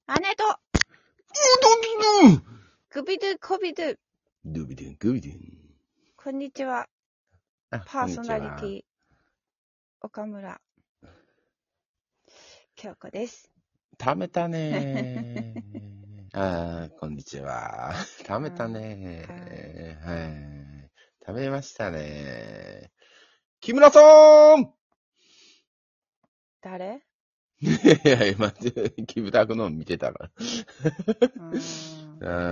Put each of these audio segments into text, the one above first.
姉と、グビドゥコビドゥ。 ドゥビドゥン、グビドゥン。 こんにちは。 あパーソナリテこんにちはィ、岡村京子です。 食べたねー。こんにちは。食べたねー。はい。食べましたねー。木村さん誰？ いや、今、キムタクの見てたから。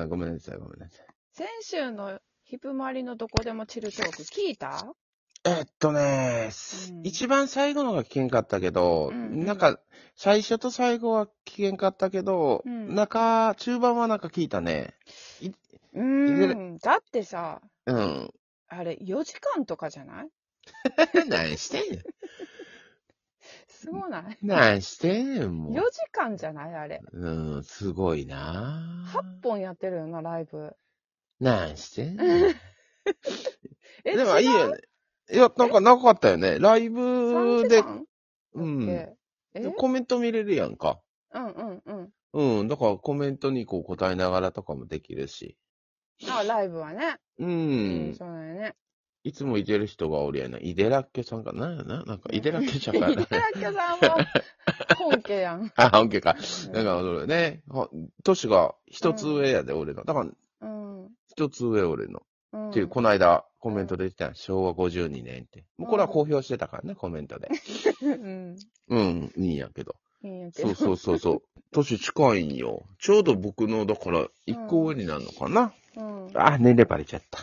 ごめんなさい、ごめんなさい。 先週のヒプマリのどこでもチルトーク聞いた？ 一番最後のが聞けんかったけど、なんか、最初と最後は聞けんかったけど、中盤はなんか聞いたね。 だってさ、 うん。 あれ4時間とかじゃない？ 何してんねん。 すごない？ 何してんねん、もう。 4時間じゃないあれ。 すごいな 8本やってるよな、ライブ。 何してんねん。でも違う？ いいよね。いや、なんかなかったよね。ライブで、 3 コメント見れるやんか。だからコメントにこう答えながらとかもできるし。 あ、ライブはね。そうだよね。 いつもいてる人がおるやな。イデラッケさんかななんか、イデラッケちゃんかな。 イデラッケさんも本家やん。 あ、本家か。だから、ね、年が一つ上やで、俺の。だから、一つ上俺の。っていう、この間、コメントで言ってた昭和52年って。もうこれは公表してたからね、コメントで。いいんやけど。そう。年近いんよ。ちょうど僕の、だから、一個上になるのかな。年齢バレちゃった。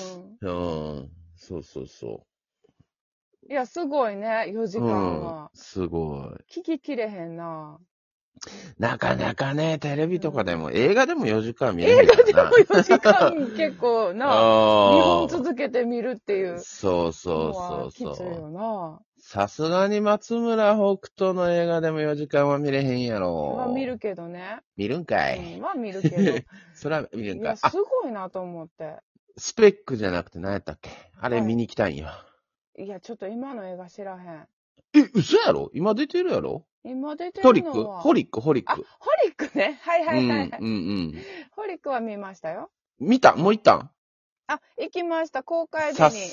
そう。 いや、すごいね、4時間は。 すごい。聞ききれへんな。 なかなかね、テレビとかでも、映画でも4時間見れへんからな。 映画でも4時間結構な、2本続けて見るっていう。 そう。 きついよな。 さすがに松村北斗の映画でも4時間は見れへんやろ。 まあ見るけどね。 見るんかい。 まあ見るけど。 それは見るんかい。 いや、すごいなと思って。 スペックじゃなくて何やったっけ？あれ見に行きたいんよ。 いや、ちょっと今の映画知らへん。 嘘やろ？今出てるやろ？ 今出てるのは。 ホリック。 あ、ホリックね。はい。ホリックは見ましたよ。 見た？もう行ったん？ 行きました。公開日に。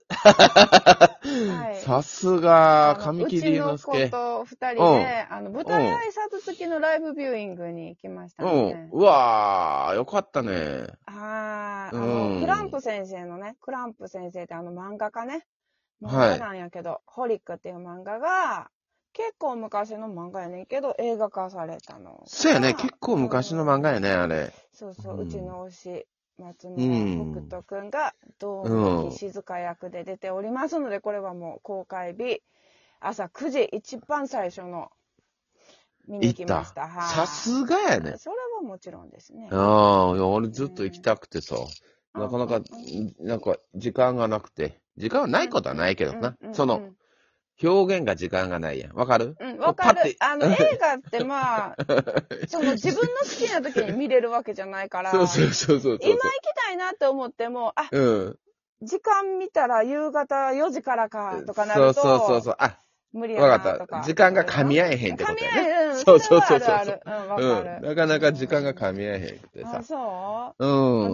さすが、神木隆之介。 うちの子と二人で、舞台挨拶付きのライブビューイングに行きましたね。 うわー、よかったね。 クランプ先生のね、クランプ先生って漫画家ね。漫画なんやけど、ホリックっていう漫画が、結構昔の漫画やねんけど、映画化されたの。 そうやね、結構昔の漫画やね、あれ。 そう、うちの推し、松村北斗くんが、堂木静香役で出ておりますので、これはもう公開日、朝9時、一番最初の、見に行きました。 さすがやね。 それはもちろんですね。 俺ずっと行きたくてさ、なかなか、時間がなくて。時間はないことはないけどな。表現が時間がないやん。わかる？ わかる。映画ってまあ、自分の好きな時に見れるわけじゃないから。 そう。 今行きたいなって思っても、時間見たら夕方4時からかとかなると。 そう。 無理やなとか。 わかった。時間が噛み合えへんってことやね。 そう。 わかる。 なかなか時間が噛み合えへんくてさ。 そう？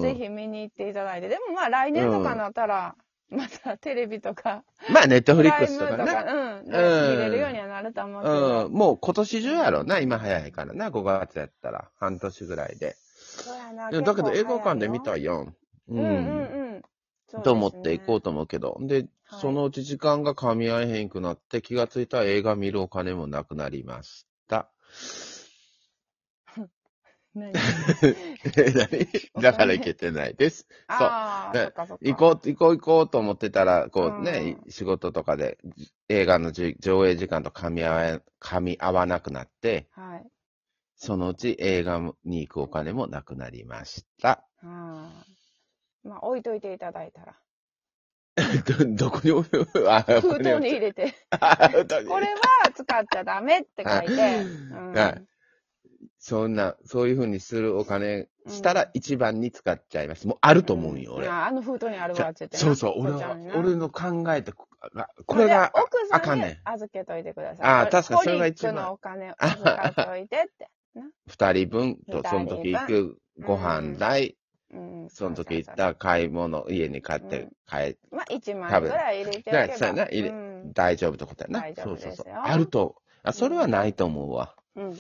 ぜひ見に行っていただいて。でもまあ来年とかなったら、またテレビとか。 まあネットフリックスとかね。 見れるようにはなると思うけど。 もう今年中やろな。今早いからな。5月やったら。半年ぐらいで。 そうやな。 だけど映画館で見たいやん。と思って行こうと思うけど。で、そのうち時間が噛み合えへんくなって気がついたら映画見るお金もなくなりました。 何だから行けてないです。そう。行こうと思ってたら、仕事とかで映画の上映時間と噛み合わなくなって、そのうち映画に行くお金もなくなりました。 まあ、置いといていただいたら。 どこに置く？ 封筒に入れて。これは使っちゃダメって書いて。 そういう風にするお金したら一番に使っちゃいます。もうあると思うんよ、俺。 封筒にあるわって言って。 そう。俺の考えて、これがあかんねん。 預けといてください。 確かにそれが一番。 ホリックのお金預かっておいてって。 二人分と、その時行くご飯代、その時行った買い物、家に買ってまあ、1万円ぐらい入れておけば。 そうやな、大丈夫ってことやな。 大丈夫ですよ。そう。 あると。それはないと思うわ。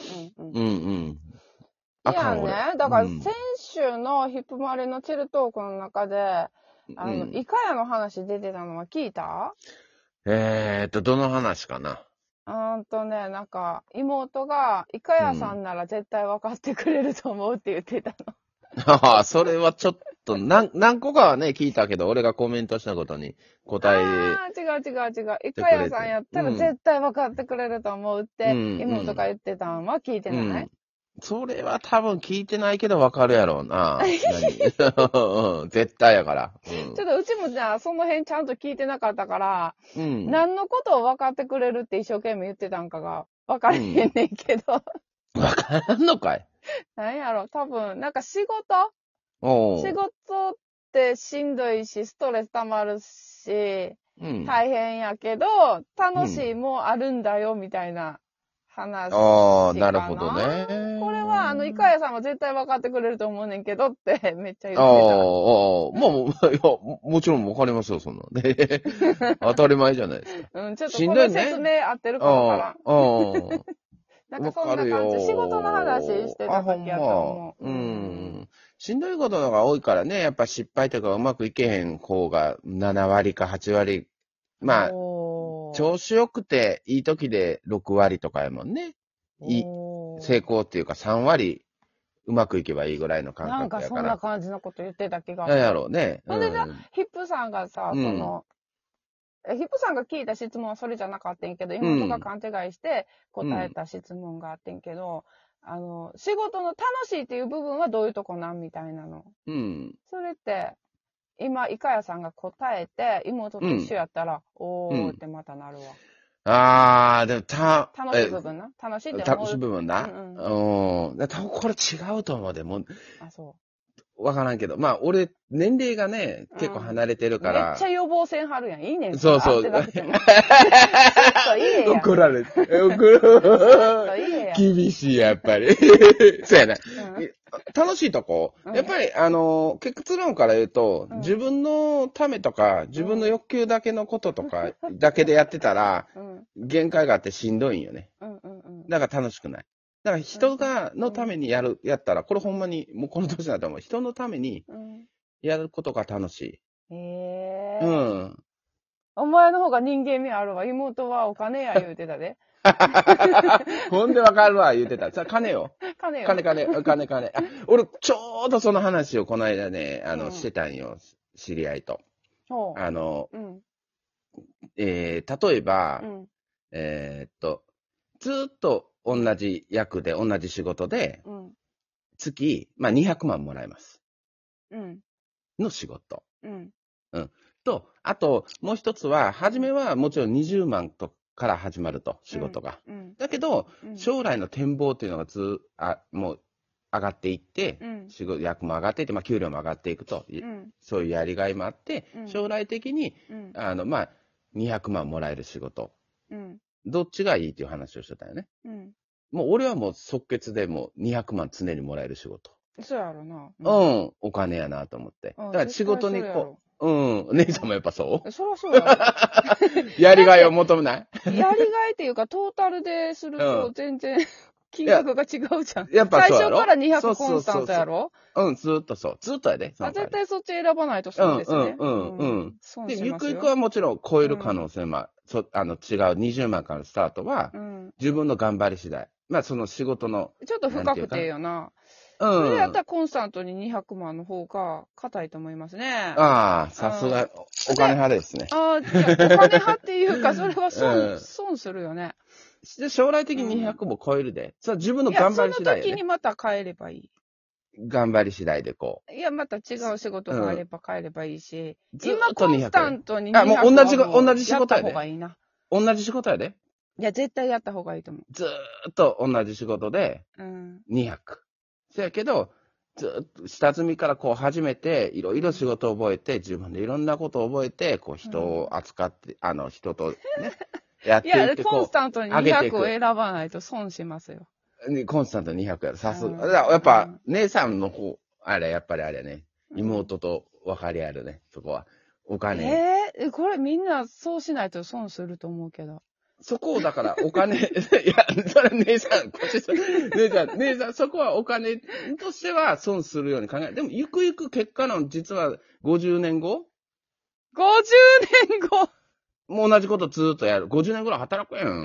いやね、だから先週のヒップマレのチルトークの中で、イカヤの話出てたのは聞いた？ どの話かな？ なんか、妹が、イカヤさんなら絶対分かってくれると思うって言ってたの。 ああ、それはちょっと、何個かはね、聞いたけど、俺がコメントしたことに答え。 ああ、違う。イカヤさんやったら絶対分かってくれると思うって、妹が言ってたんは聞いてない？ それは多分聞いてないけど分かるやろうな。絶対やから。 ちょっとうちもじゃあその辺ちゃんと聞いてなかったから、何のことを分かってくれるって一生懸命言ってたんかが分からへんねんけど。 分からんのかい？ なんやろ、多分、なんか仕事ってしんどいし、ストレス溜まるし、大変やけど、楽しいもあるんだよ、みたいな話かな。 ああ、なるほどね。 これは、イカヤさんは絶対分かってくれると思うねんけどって、めっちゃ言ってた。 もちろん分かりますよ、そんな。当たり前じゃないですか。 ちょっとこの説明合ってるか分からん。なんかそんな感じ。仕事の話してた時やと思う。 しんどいことが多いからね、やっぱ失敗とかうまくいけへん方が7割か8割。まあ、調子よくていい時で6割とかやもんね。成功っていうか3割うまくいけばいいぐらいの感覚やから。 なんかそんな感じのこと言ってた気がする。やろうね。 ほんでじゃあ、ヒップさんがさ、ヒップさんが聞いた質問はそれじゃなかったんけど、妹が勘違いして答えた質問があってんけど、仕事の楽しいっていう部分はどういうとこなんみたいなの。それって、今、イカヤさんが答えて、妹と一緒やったら、おーってまたなるわ。 でも楽しい部分な。楽しいって思う。 楽しい部分な。多分これ違うと思うで、もう。 そう。 わからんけど。まあ、俺、年齢がね、結構離れてるから。 めっちゃ予防線張るやん。いいねん。 そう。ちょっといいやん。 怒られて。厳しい、やっぱり。そうやな。楽しいとこ。やっぱり、結論から言うと、自分のためとか、自分の欲求だけのこととか、だけでやってたら、限界があってしんどいんよね。だから楽しくない。だから人のためにやったら、これほんまに、もうこの年だと思う。人のためにやることが楽しい。 お前の方が人間味あるわ。妹はお金や言うてたで。 ほんでわかるわ言うてた。さあ、金よ。 金。 俺、ちょうどその話をこの間ね、してたんよ。知り合いと。例えば、ずっと同じ役で、同じ仕事で、月、200万もらえます。の仕事。と、あと、もう一つは、初めはもちろん20万から始まると、仕事が。だけど、将来の展望っていうのがもう上がっていって、仕事、役も上がっていって、給料も上がっていくと、そういうやりがいもあって、将来的に、200万もらえる仕事。どっちがいいっていう話をしてたよね。もう俺はもう即決でもう200万常にもらえる仕事。 そうやろな。 お金やなと思って。だから仕事に姉さんもやっぱそうそりゃそうやろ。 やりがいを求めないやりがいっていうか、トータルですると全然金額が違うじゃん。 やっぱそうやろ。 最初から200コンスタントやろ。 ずっとそう。ずっとやで。 絶対そっち選ばないとそうですね。 で、ゆくゆくはもちろん超える可能性も、違う20万からのスタートは、自分の頑張り次第。その仕事の。 ちょっと深くてよな。それやったらコンスタントに200万の方が硬いと思いますね。 さすが、お金派ですね。 お金派っていうか、それは損するよね。 で、将来的に200も超えるで。それ自分の頑張り次第で。 その時にまた変えればいい。 頑張り次第でこう。いや、また違う仕事があれば変えればいいし。 今コンスタントに200 もう同じ仕事やで。 やった方がいいな。 同じ仕事やで。 いや、絶対やった方がいいと思う。 ずーっと同じ仕事で、200。そやけど、ずっと下積みからこう始めて、いろいろ仕事を覚えて、自分でいろんなことを覚えて、こう人を扱って、人とね、やっていってコンスタントに200を選ばないと損しますよ。 コンスタント200やろ。さすが。やっぱ、姉さんの方、やっぱりあれね。妹と分かり合えるね、そこは。お金。 これみんなそうしないと損すると思うけど。 そこをだからお金、いや、それ姉さん、姉さん、そこはお金としては損するように考え。でも、ゆくゆく結果の、実は50年後 ?50 年後もう同じことずーっとやる。50年ぐらい働くやん。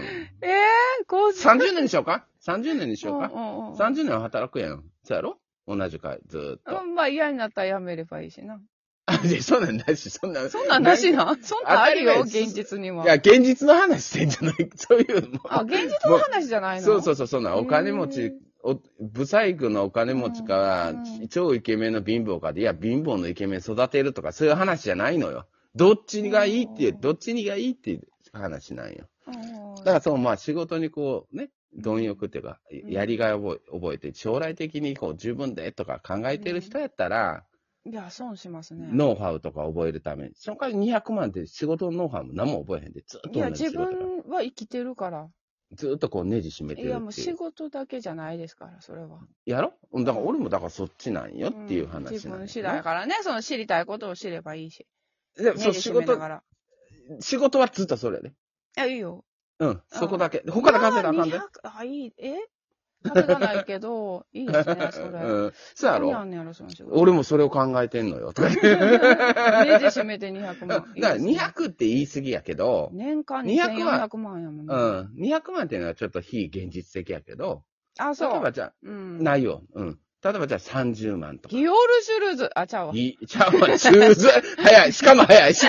50 30年にしようか ?30 年にしようか、?30 年は働くやん。そうやろ同じか、ずーっと。 まあ嫌になったら辞めればいいしな。 そんなんなし、そんなんなしな。そんなんあるよ、現実には。 いや、現実の話してんじゃない。そういうのも。 現実の話じゃないの？ そう、そんな、お金持ち、ブサイクのお金持ちから、超イケメンの貧乏かで、いや、貧乏のイケメン育てるとか、そういう話じゃないのよ。どっちがいいっていう話なんよ。だからまあ仕事にこう、ね、貪欲っていうか、やりがいを覚えて、将来的にこう、自分でとか考えてる人やったら、 いや、損しますね。 ノウハウとか覚えるために。その代わり200万って仕事のノウハウも何も覚えへんで、ずっと同じ仕事。 いや、自分は生きてるから。 ずっとこうネジ締めてるっていう。 いや、もう仕事だけじゃないですから、それは。 やろ？だから俺もだからそっちなんよっていう話なんよ、 自分次第からね、その知りたいことを知ればいいし。 でもそう、仕事はずっとそれね。 いや、いいよ。 うん、そこだけ。他で稼いだらあかんで。 いい、稼がないけど、いいですね、それ。 そうやろ？ 何やんねやろ、その仕事。 俺もそれを考えてんのよ。 ネジ締めて200万。 だから200って言い過ぎやけど、 年間に1400万やもんね。 200万っていうのはちょっと非現実的やけど、 そう。 例えばじゃあ、ないよ。例えばじゃあ30万とか。 ギオルシュルーズ。ちゃうわ。 シューズ。早い。しかも早い。せ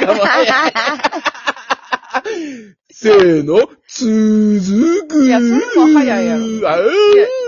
ーの、続く。 いや、それも早いやろ。